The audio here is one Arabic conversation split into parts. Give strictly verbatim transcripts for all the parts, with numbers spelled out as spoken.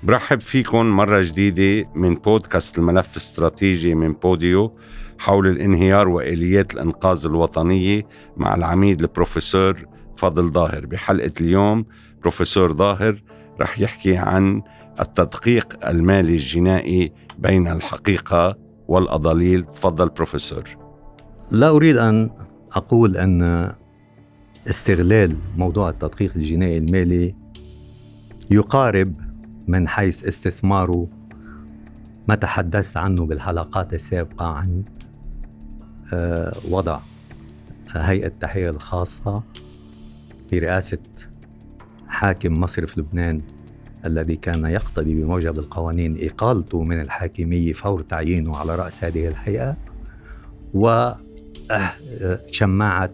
برحب فيكم مرة جديدة من بودكاست الملف الاستراتيجي من بوديو حول الانهيار وآليات الإنقاذ الوطنية مع العميد البروفيسور فضل ظاهر. بحلقة اليوم بروفيسور ظاهر رح يحكي عن التدقيق المالي الجنائي بين الحقيقة والأضاليل. تفضل بروفيسور. لا أريد أن أقول أن استغلال موضوع التدقيق الجنائي المالي يقارب من حيث استثماره ما تحدثت عنه بالحلقات السابقة عن وضع هيئة التحقيق الخاصة برئاسة حاكم مصرف لبنان الذي كان يقتضي بموجب القوانين إقالته من الحاكمية فور تعيينه على رأس هذه الهيئة، وشماعة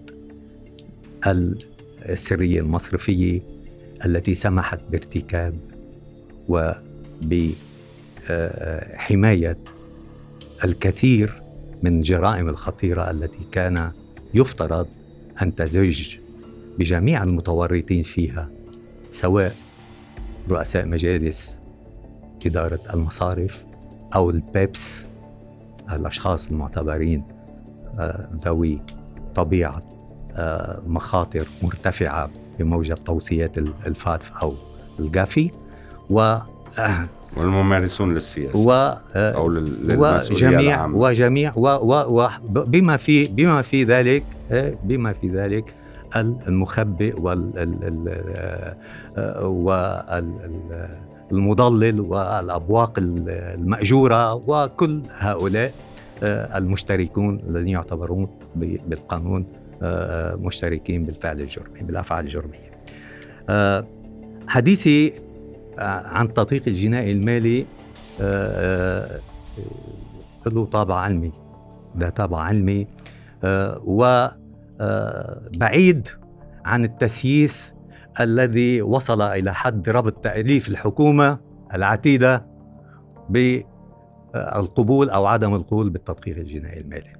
السرية المصرفية التي سمحت بارتكاب وبحماية الكثير من الجرائم الخطيرة التي كان يفترض أن تزج بجميع المتورطين فيها، سواء رؤساء مجالس إدارة المصارف أو البيبس، الأشخاص المعتبرين ذوي طبيعة مخاطر مرتفعة بموجب توصيات الفاتف أو الجافي، و والممارسون للسياسة و أو للمسؤولية وجميع العامة وجميع و و بما في بما في ذلك بما في ذلك المخبئ والمضلل والأبواق المأجورة وكل هؤلاء المشتركون الذين يعتبرون بالقانون مشتركين بالفعل الجرمي بالأفعال الجرمية. حديثي عن التدقيق الجنائي المالي له طابع علمي، ده طابع علمي وبعيد عن التسييس الذي وصل إلى حد ربط تأليف الحكومة العتيدة بالقبول أو عدم القبول بالتدقيق الجنائي المالي.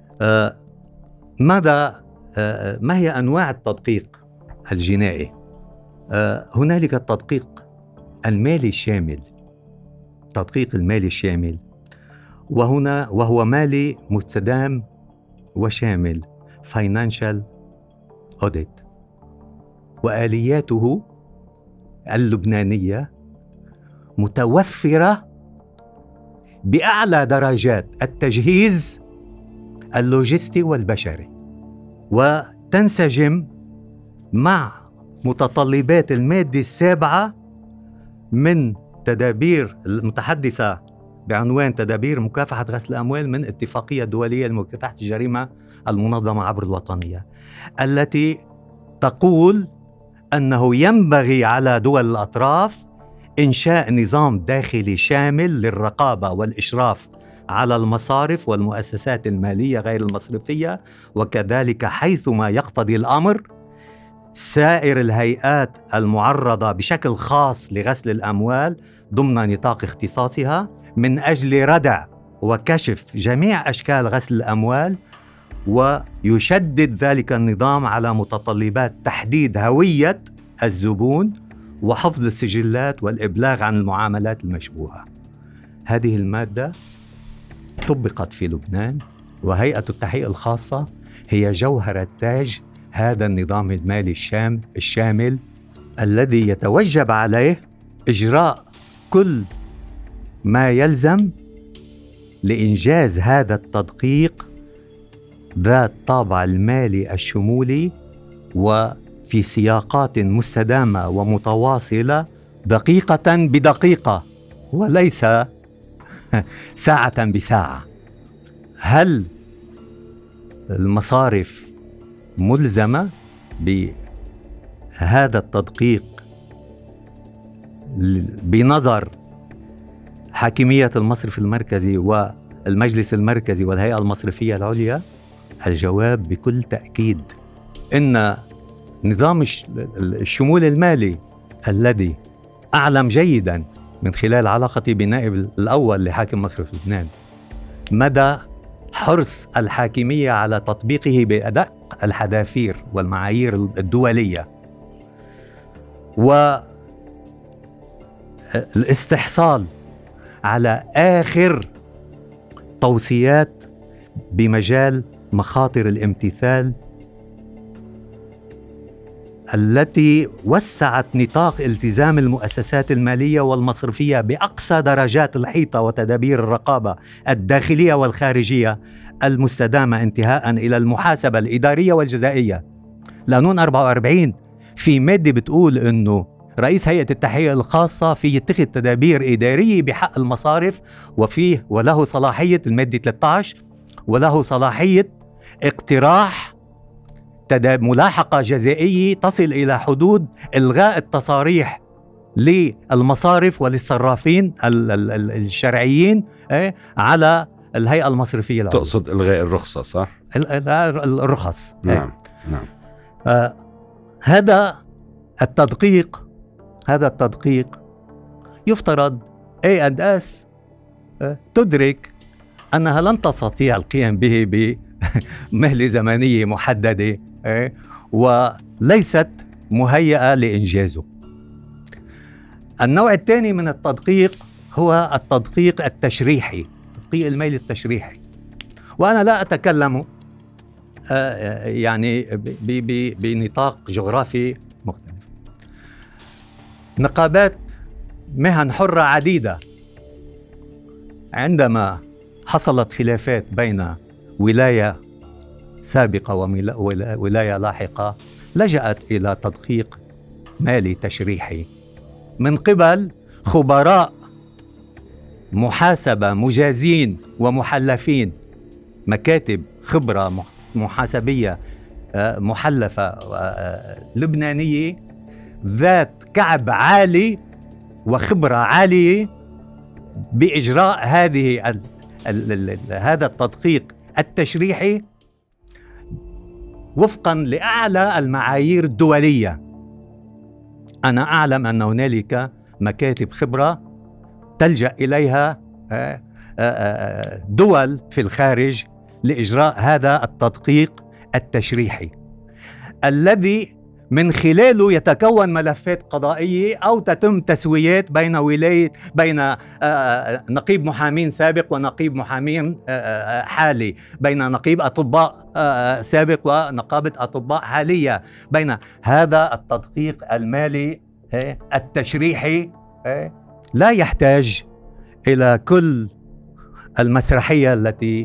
ماذا ما هي أنواع التدقيق الجنائي؟ هنالك التدقيق المالي الشامل، تدقيق المالي الشامل، وهنا وهو مالي مستدام وشامل financial audit، وآلياته اللبنانية متوفرة بأعلى درجات التجهيز اللوجستي والبشري، وتنسجم مع متطلبات المادة السابعة من تدابير المتحدثة بعنوان تدابير مكافحة غسل الأموال من اتفاقية دولية لمكافحة الجريمة المنظمة عبر الوطنية، التي تقول أنه ينبغي على دول الأطراف إنشاء نظام داخلي شامل للرقابة والإشراف على المصارف والمؤسسات المالية غير المصرفية، وكذلك حيثما يقتضي الأمر سائر الهيئات المعرضة بشكل خاص لغسل الأموال ضمن نطاق اختصاصها، من أجل ردع وكشف جميع أشكال غسل الأموال، ويشدد ذلك النظام على متطلبات تحديد هوية الزبون وحفظ السجلات والإبلاغ عن المعاملات المشبوهة. هذه المادة طبقت في لبنان، وهيئة التحقيق الخاصة هي جوهر التاج هذا النظام المالي الشام الشامل الذي يتوجب عليه إجراء كل ما يلزم لإنجاز هذا التدقيق ذات الطابع المالي الشمولي، وفي سياقات مستدامة ومتواصلة دقيقة بدقيقة وليس ساعة بساعة. هل المصارف ملزمة بهذا التدقيق بنظر حاكمية المصرف المركزي والمجلس المركزي والهيئة المصرفية العليا؟ الجواب بكل تأكيد إن نظام الشمول المالي الذي أعلم جيدا من خلال علاقتي بالنائب الأول لحاكم مصرف لبنان مدى حرص الحاكمية على تطبيقه بأدق الحذافير والمعايير الدولية، وهذا الاستحصال على آخر توصيات بمجال مخاطر الامتثال التي وسعت نطاق التزام المؤسسات المالية والمصرفية بأقصى درجات الحيطة وتدابير الرقابة الداخلية والخارجية المستدامة انتهاء إلى المحاسبة الإدارية والجزائية. لقانون أربعة وأربعين في مادة بتقول أنه رئيس هيئة التحقيق الخاصة في يتخذ تدابير إدارية بحق المصارف، وفيه وله صلاحية المادة ثلاثة عشر وله صلاحية اقتراح ملاحقة جزائية تصل إلى حدود إلغاء التصاريح للمصارف وللصرافين الشرعيين على الهيئة المصرفية العليا. تقصد إلغاء الرخصة صح؟ الرخص. نعم نعم. آه هذا التدقيق هذا التدقيق يفترض إيه أند إس آه تدرك أنها لن تستطيع القيام به بمهلة زمنية محددة آه وليست مهيئة لإنجازه. النوع الثاني من التدقيق هو التدقيق التشريحي، التدقيق المالي التشريحي، وأنا لا أتكلم آه يعني بنطاق جغرافي مختلف. نقابات مهن حرة عديدة عندما حصلت خلافات بين ولاية سابقة وولاية لاحقة لجأت إلى تدقيق مالي تشريحي من قبل خبراء محاسبة مجازين ومحلفين، مكاتب خبرة محاسبية محلفة لبنانية ذات كعب عالي وخبرة عالية بإجراء هذه ال ال ال هذا التدقيق التشريحي وفقا لأعلى المعايير الدولية. أنا أعلم أن هنالك مكاتب خبرة تلجأ إليها دول في الخارج لإجراء هذا التدقيق التشريحي الذي من خلاله يتكون ملفات قضائية أو تتم تسويات بين ولاية بين نقيب محامين سابق ونقيب محامين حالي، بين نقيب أطباء سابق ونقابة أطباء حالية، بين هذا التدقيق المالي التشريحي لا يحتاج إلى كل المسرحية التي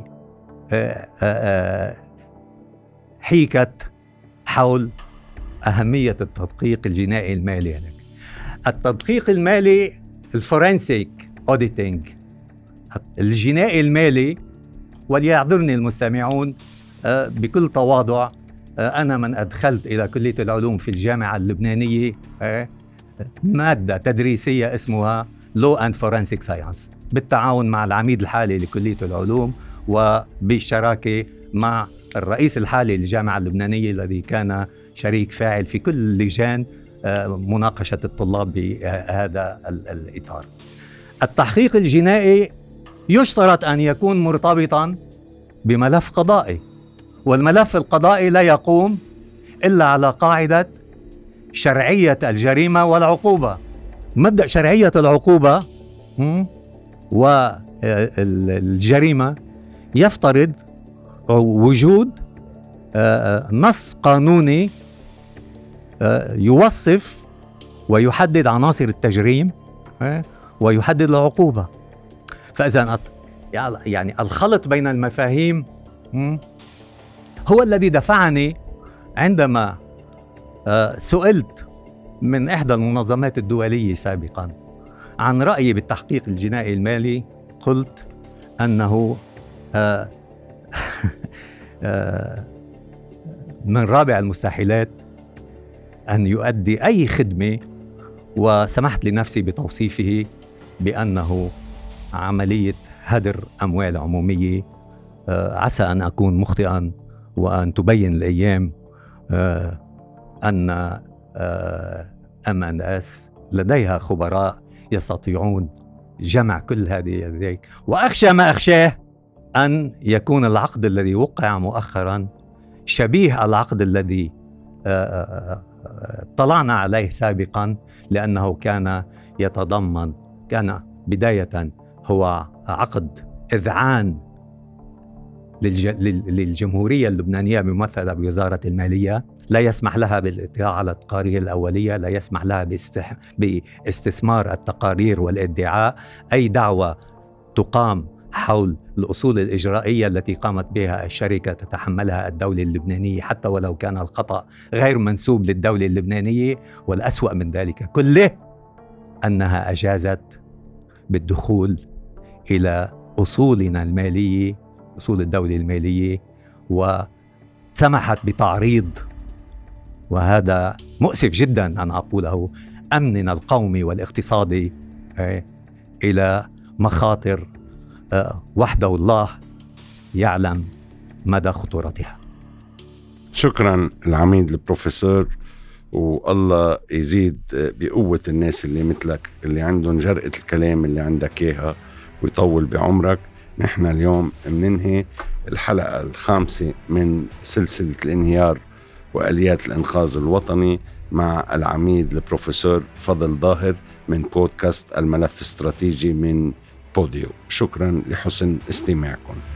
حيكت حول أهمية التدقيق الجنائي المالي. التدقيق المالي الفورنسيك أوديتينج الجنائي المالي، وليعذرني المستمعون بكل تواضع، أنا من أدخلت إلى كلية العلوم في الجامعة اللبنانية مادة تدريسية اسمها Law and Forensic Science بالتعاون مع العميد الحالي لكلية العلوم وبالشراكة مع الرئيس الحالي للجامعة اللبنانية الذي كان شريك فاعل في كل لجان مناقشة الطلاب بهذا الإطار. التحقيق الجنائي يشترط أن يكون مرتبطا بملف قضائي، والملف القضائي لا يقوم إلا على قاعدة شرعية الجريمة والعقوبة. مبدأ شرعية العقوبة والجريمة يفترض وجود نص قانوني يوصف ويحدد عناصر التجريم ويحدد العقوبة. فإذا يعني الخلط بين المفاهيم هو الذي دفعني عندما سئلت من إحدى المنظمات الدولية سابقا عن رأيي بالتحقيق الجنائي المالي، قلت أنه من رابع المستحيلات أن يؤدي أي خدمة، وسمحت لنفسي بتوصيفه بأنه عملية هدر أموال عمومية. عسى أن أكون مخطئا وأن تبين الأيام أن إم إند إس لديها خبراء يستطيعون جمع كل هذه، وأخشى ما أخشاه أن يكون العقد الذي وقع مؤخرا شبيه العقد الذي طلعنا عليه سابقا، لأنه كان يتضمن، كان بداية هو عقد إذعان للج... للجمهورية اللبنانية ممثلة بوزارة المالية، لا يسمح لها بالاطلاع على التقارير الأولية، لا يسمح لها باستح... باستثمار التقارير والادعاء أي دعوة تقام حول الأصول الإجرائية التي قامت بها الشركة تتحملها الدولة اللبنانية، حتى ولو كان الخطأ غير منسوب للدولة اللبنانية. والأسوأ من ذلك كله أنها أجازت بالدخول إلى أصولنا المالية، أصول الدولة المالية، وسمحت بتعريض، وهذا مؤسف جدا أن أقوله، أمننا القومي والاقتصادي إلى مخاطر وحده الله يعلم مدى خطورتها. شكرا العميد البروفيسور، والله يزيد بقوة الناس اللي مثلك اللي عندهم جرأة الكلام اللي عندك إياها ويطول بعمرك. نحن اليوم مننهي الحلقة الخامسة من سلسلة الانهيار وآليات الإنقاذ الوطني مع العميد البروفيسور فضل ظاهر من بودكاست الملف الاستراتيجي من بوديو. شكرا لحسن استماعكم.